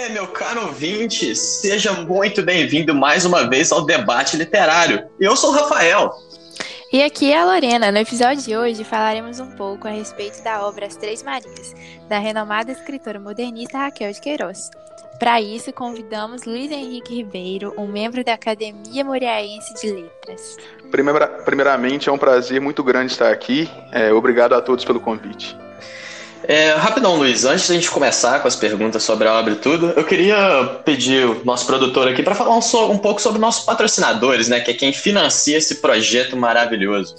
Meu caro ouvinte, seja muito bem-vindo mais uma vez ao Debate Literário. Eu sou o Rafael. E aqui é a Lorena. No episódio de hoje falaremos um pouco a respeito da obra As Três Marias, da renomada escritora modernista Raquel de Queiroz. Para isso, convidamos Luiz Henrique Ribeiro, um membro da Academia Moriaense de Letras. Primeiramente, é um prazer muito grande estar aqui. Obrigado a todos pelo convite. Rapidão, Luiz, antes da gente começar com as perguntas sobre a obra e tudo, eu queria pedir o nosso produtor aqui para falar um pouco sobre nossos patrocinadores, né, que é quem financia esse projeto maravilhoso.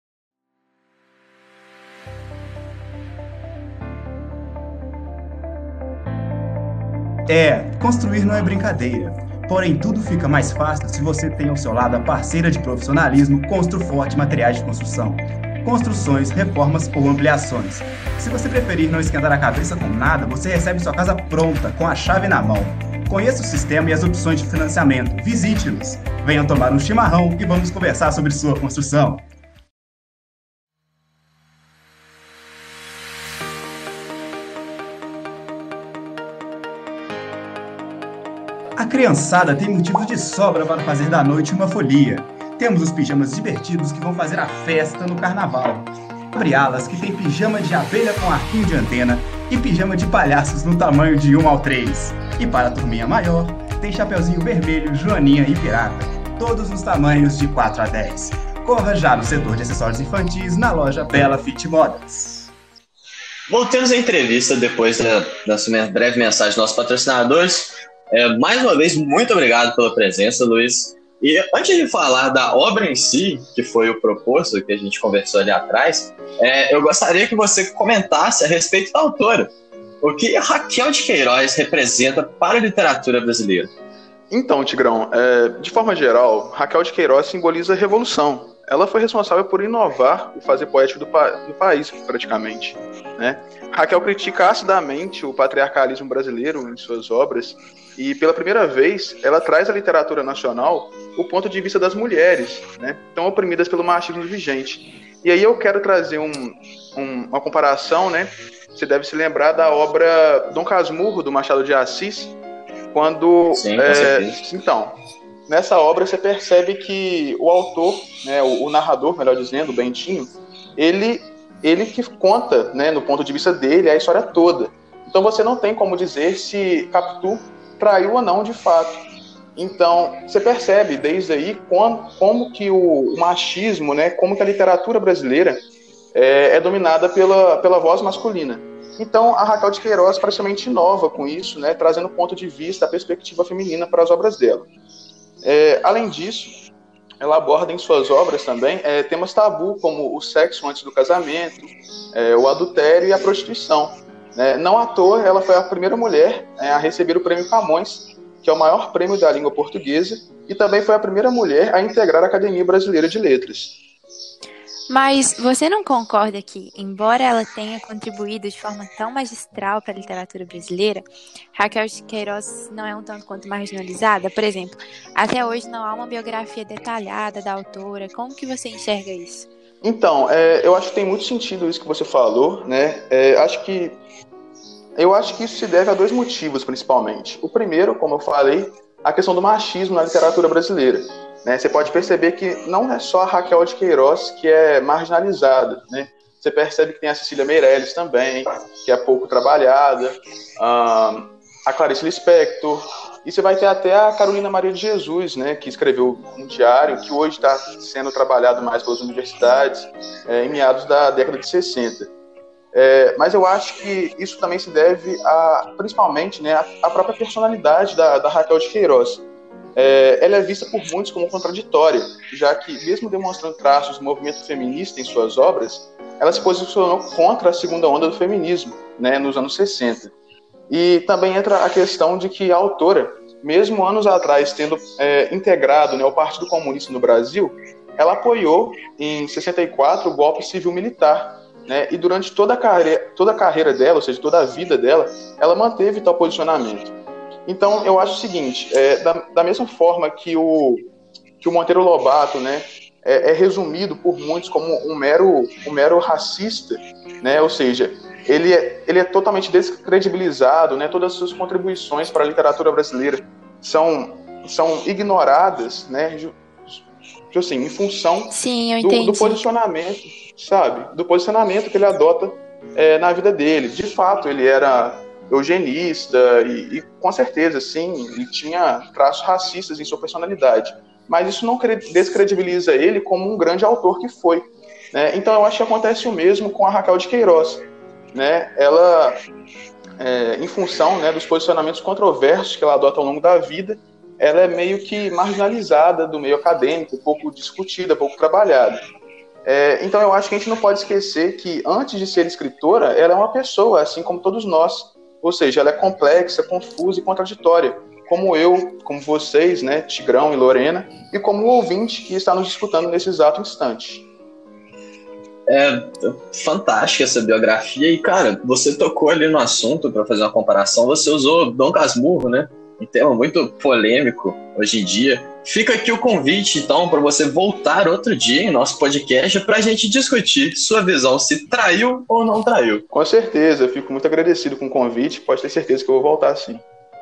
Construir não é brincadeira. Porém, tudo fica mais fácil se você tem ao seu lado a parceira de profissionalismo Construforte Materiais de Construção. Construções, reformas ou ampliações. Se você preferir não esquentar a cabeça com nada, você recebe sua casa pronta, com a chave na mão. Conheça o sistema e as opções de financiamento. Visite-nos. Venha tomar um chimarrão e vamos conversar sobre sua construção. A criançada tem motivos de sobra para fazer da noite uma folia. Temos os pijamas divertidos que vão fazer a festa no carnaval. Abre alas que tem pijama de abelha com arquinho de antena e pijama de palhaços no tamanho de 1 ao 3. E para a turminha maior, tem chapeuzinho vermelho, joaninha e pirata. Todos os tamanhos de 4 a 10. Corra já no setor de acessórios infantis na loja Bela Fit Modas. Voltemos à entrevista depois dessa breve mensagem dos nossos patrocinadores. Mais uma vez, muito obrigado pela presença, Luiz. E antes de falar da obra em si, que foi o proposto que a gente conversou ali atrás, eu gostaria que você comentasse a respeito da autora. O que a Raquel de Queiroz representa para a literatura brasileira? Então, Tigrão, de forma geral, Raquel de Queiroz simboliza a revolução. Ela foi responsável por inovar o fazer poético do país, praticamente, né? Raquel critica acidamente o patriarcalismo brasileiro em suas obras e, pela primeira vez, ela traz à literatura nacional o ponto de vista das mulheres, né, tão oprimidas pelo machismo vigente. E aí eu quero trazer uma comparação, né? Você deve se lembrar da obra Dom Casmurro, do Machado de Assis, quando... Sim, com certeza. Então, nessa obra você percebe que o autor, né, o narrador, melhor dizendo, o Bentinho, ele que conta, né, no ponto de vista dele, a história toda. Então você não tem como dizer se Capitu traiu ou não de fato. Então você percebe desde aí como que o machismo, né, como que a literatura brasileira é dominada pela voz masculina. Então a Raquel de Queiroz praticamente inova com isso, né, trazendo o ponto de vista, a perspectiva feminina para as obras dela. Além disso, ela aborda em suas obras também temas tabu, como o sexo antes do casamento, o adultério e a prostituição. Não à toa, ela foi a primeira mulher a receber o Prêmio Camões, que é o maior prêmio da língua portuguesa, e também foi a primeira mulher a integrar a Academia Brasileira de Letras. Mas você não concorda que, embora ela tenha contribuído de forma tão magistral para a literatura brasileira, Raquel de Queiroz não é um tanto quanto marginalizada? Por exemplo, até hoje não há uma biografia detalhada da autora. Como que você enxerga isso? Então, eu acho que tem muito sentido isso que você falou, né? Eu acho que isso se deve a 2 motivos, principalmente. O primeiro, como eu falei, a questão do machismo na literatura brasileira. Né? Você pode perceber que não é só a Raquel de Queiroz que é marginalizada, né? Você percebe que tem a Cecília Meirelles também, que é pouco trabalhada, a Clarice Lispector, e você vai ter até a Carolina Maria de Jesus, né, que escreveu um diário que hoje está sendo trabalhado mais pelas universidades, em meados da década de 60. Mas eu acho que isso também se deve principalmente, né, à própria personalidade da Raquel de Queiroz. Ela é vista por muitos como contraditória, já que, mesmo demonstrando traços do movimento feminista em suas obras, ela se posicionou contra a segunda onda do feminismo, né, nos anos 60. E também entra a questão de que a autora, mesmo anos atrás tendo integrado, né, o Partido Comunista no Brasil, ela apoiou, em 64, o golpe civil-militar, né, e durante toda a carreira dela, ou seja, toda a vida dela, ela manteve tal posicionamento. Então, eu acho o seguinte, da mesma forma que o Monteiro Lobato, né, é resumido por muitos como um mero racista, né, ou seja, ele é totalmente descredibilizado, né? Todas as suas contribuições para a literatura brasileira são ignoradas, né? Assim, em função do posicionamento, sabe? Do posicionamento que ele adota na vida dele. De fato, ele era eugenista e com certeza, sim, ele tinha traços racistas em sua personalidade. Mas isso não descredibiliza ele como um grande autor que foi, né? Então eu acho que acontece o mesmo com a Raquel de Queiroz, né? Ela, em função, né, dos posicionamentos controversos que ela adota ao longo da vida, ela é meio que marginalizada do meio acadêmico, pouco discutida, pouco trabalhada. Então eu acho que a gente não pode esquecer que antes de ser escritora, ela é uma pessoa, assim como todos nós. Ou seja, ela é complexa, confusa e contraditória, como eu, como vocês, né, Tigrão e Lorena, e como o ouvinte que está nos escutando nesse exato instante. É fantástica essa biografia e, cara, você tocou ali no assunto para fazer uma comparação, você usou Dom Casmurro, né? Um tema muito polêmico hoje em dia. Fica aqui o convite, então, para você voltar outro dia em nosso podcast para a gente discutir sua visão, se traiu ou não traiu. Com certeza, eu fico muito agradecido com o convite, pode ter certeza que eu vou voltar sim.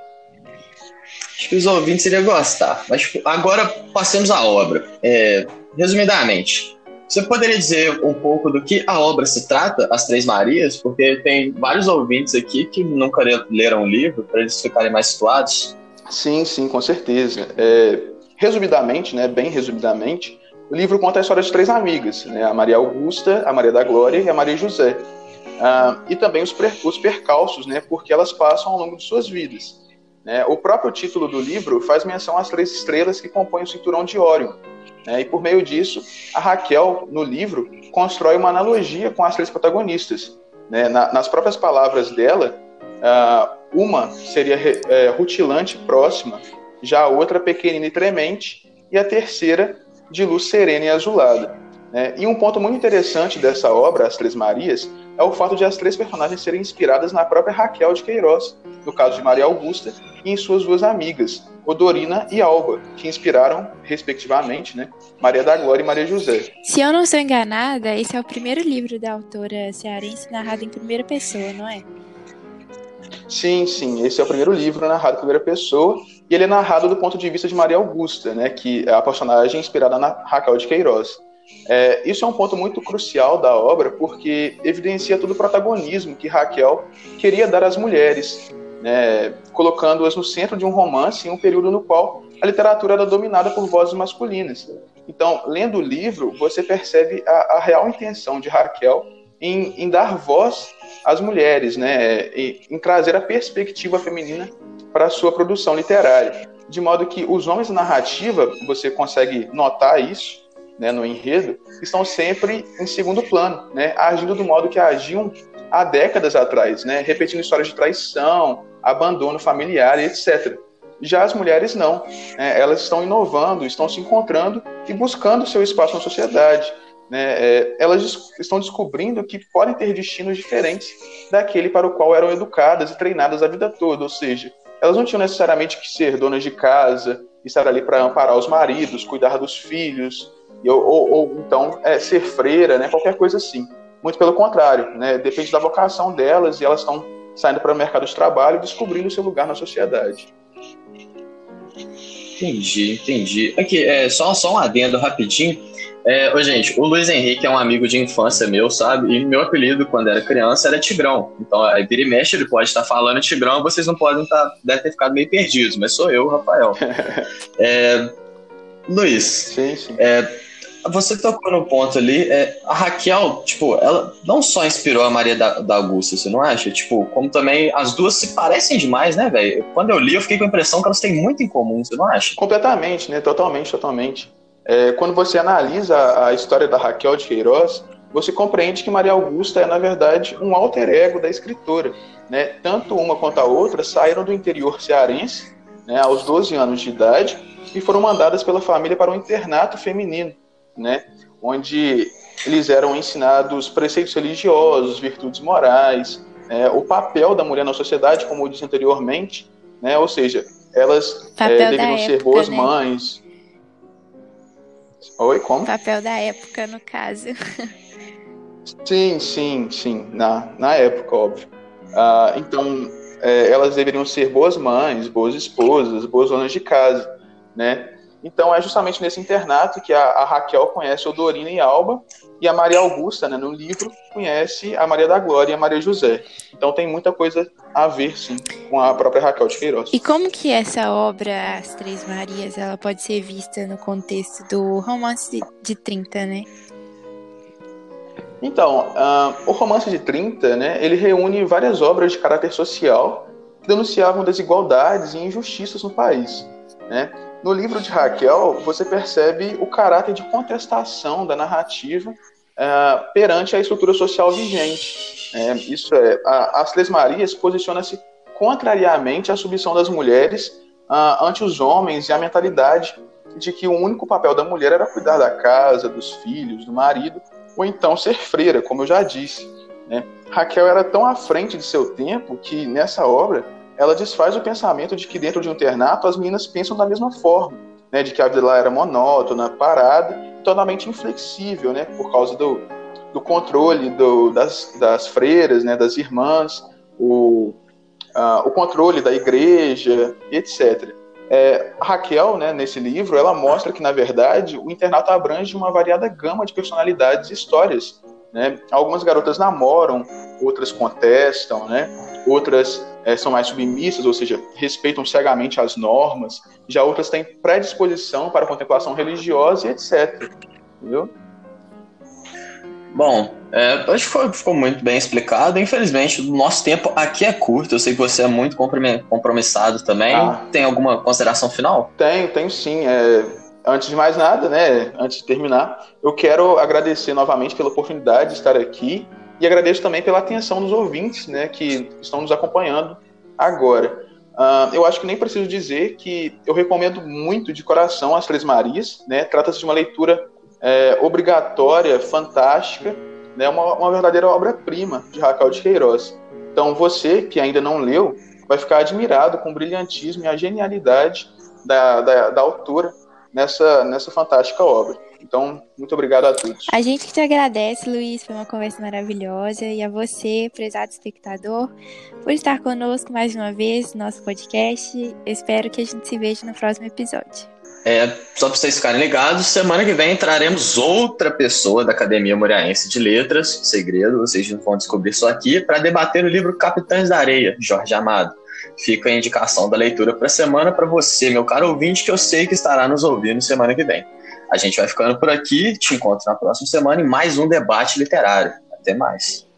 Acho que os ouvintes iriam gostar. Mas agora passemos à obra. Resumidamente, você poderia dizer um pouco do que a obra se trata, As Três Marias? Porque tem vários ouvintes aqui que nunca leram o livro, para eles ficarem mais situados. Sim, com certeza. Resumidamente, né, bem resumidamente, o livro conta a história de três amigas, né, a Maria Augusta, a Maria da Glória e a Maria José. E também os percalços, né, porque elas passam ao longo de suas vidas. O próprio título do livro faz menção às três estrelas que compõem o cinturão de Órion. E por meio disso, a Raquel, no livro, constrói uma analogia com as três protagonistas. Nas próprias palavras dela, uma seria rutilante e próxima, já a outra pequenina e tremente, e a terceira de luz serena e azulada. E um ponto muito interessante dessa obra, As Três Marias, é o fato de as três personagens serem inspiradas na própria Raquel de Queiroz, no caso de Maria Augusta, e em suas duas amigas, Odorina e Alba, que inspiraram, respectivamente, né, Maria da Glória e Maria José. Se eu não estou enganada, esse é o primeiro livro da autora cearense narrado em primeira pessoa, não é? Sim, esse é o primeiro livro narrado em primeira pessoa, e ele é narrado do ponto de vista de Maria Augusta, né, que é a personagem inspirada na Raquel de Queiroz. Isso é um ponto muito crucial da obra, porque evidencia todo o protagonismo que Raquel queria dar às mulheres, né, colocando-as no centro de um romance em um período no qual a literatura era dominada por vozes masculinas. Então, lendo o livro, você percebe a real intenção de Raquel em dar voz às mulheres, né, em trazer a perspectiva feminina para a sua produção literária. De modo que os homens da narrativa, você consegue notar isso, né, no enredo, estão sempre em segundo plano, né, agindo do modo que agiam há décadas atrás, né, repetindo histórias de traição, abandono familiar e etc. Já as mulheres não, né, elas estão inovando, estão se encontrando e buscando seu espaço na sociedade, né, elas estão descobrindo que podem ter destinos diferentes daquele para o qual eram educadas e treinadas a vida toda, ou seja, elas não tinham necessariamente que ser donas de casa, estar ali para amparar os maridos, cuidar dos filhos, ou então ser freira, né, qualquer coisa assim. Muito pelo contrário, né, depende da vocação delas e elas estão saindo para o mercado de trabalho e descobrindo seu lugar na sociedade. Entendi. Aqui, só um adendo rapidinho. Gente, o Luiz Henrique é um amigo de infância meu, sabe? E meu apelido, quando era criança, era Tigrão. Então, vira e mexe, ele pode estar falando Tigrão, vocês não podem devem ter ficado meio perdidos, mas sou eu, Rafael. Luiz, sim. Você tocou no ponto ali, a Raquel, tipo, ela não só inspirou a Maria da Augusta, você não acha? Tipo, como também as duas se parecem demais, né, velho? Quando eu li, eu fiquei com a impressão que elas têm muito em comum, você não acha? Completamente, né? Totalmente. Quando você analisa a história da Raquel de Queiroz, você compreende que Maria Augusta é, na verdade, um alter ego da escritora, né? Tanto uma quanto a outra saíram do interior cearense, né, aos 12 anos de idade, e foram mandadas pela família para um internato feminino, né, onde eles eram ensinados preceitos religiosos, virtudes morais, o papel da mulher na sociedade, como eu disse anteriormente, né, ou seja, elas deveriam ser boas, né, mães. Oi, como? Papel da época, no caso. Sim, na época, óbvio. Então, elas deveriam ser boas mães, boas esposas, boas donas de casa, né? Então, é justamente nesse internato que a Raquel conhece Odorina e Alba, e a Maria Augusta, né, no livro, conhece a Maria da Glória e a Maria José. Então, tem muita coisa a ver, sim, com a própria Raquel de Queiroz. E como que essa obra, As Três Marias, ela pode ser vista no contexto do Romance de 30, né? Então, o Romance de 30, né, ele reúne várias obras de caráter social que denunciavam desigualdades e injustiças no país, né? No livro de Raquel, você percebe o caráter de contestação da narrativa perante a estrutura social vigente. Isso As Três Marias posiciona-se contrariamente à submissão das mulheres ante os homens e a mentalidade de que o único papel da mulher era cuidar da casa, dos filhos, do marido, ou então ser freira, como eu já disse, né? Raquel era tão à frente de seu tempo que, nessa obra, ela desfaz o pensamento de que dentro de um internato as meninas pensam da mesma forma, né? De que a vida lá era monótona, parada, totalmente inflexível, né? Por causa do controle das freiras, né? Das irmãs, o controle da igreja, etc. Raquel, né, nesse livro, ela mostra que, na verdade, o internato abrange uma variada gama de personalidades e histórias, né? Algumas garotas namoram, outras contestam, né? Outras são mais submissas, ou seja, respeitam cegamente as normas, já outras têm predisposição para a contemplação religiosa e etc. Entendeu? Bom, acho que ficou muito bem explicado. Infelizmente, o nosso tempo aqui é curto. Eu sei que você é muito compromissado também. Tem alguma consideração final? Tenho sim. Antes de mais nada, né, antes de terminar, eu quero agradecer novamente pela oportunidade de estar aqui e agradeço também pela atenção dos ouvintes, né, que estão nos acompanhando agora. Eu acho que nem preciso dizer que eu recomendo muito de coração As Três Marias, né? Trata-se de uma leitura obrigatória, fantástica, né? Uma verdadeira obra-prima de Raquel de Queiroz. Então você, que ainda não leu, vai ficar admirado com o brilhantismo e a genialidade da autora nessa fantástica obra. Então, muito obrigado a todos. A gente que te agradece, Luiz, foi uma conversa maravilhosa. E a você, prezado espectador, por estar conosco mais uma vez no nosso podcast. Eu espero que a gente se veja no próximo episódio. Só para vocês ficarem ligados, semana que vem traremos outra pessoa da Academia Moreaense de Letras, segredo, vocês vão descobrir só aqui, para debater o livro Capitães da Areia, de Jorge Amado. Fica a indicação da leitura para a semana para você, meu caro ouvinte, que eu sei que estará nos ouvindo semana que vem. A gente vai ficando por aqui, te encontro na próxima semana em mais um debate literário. Até mais.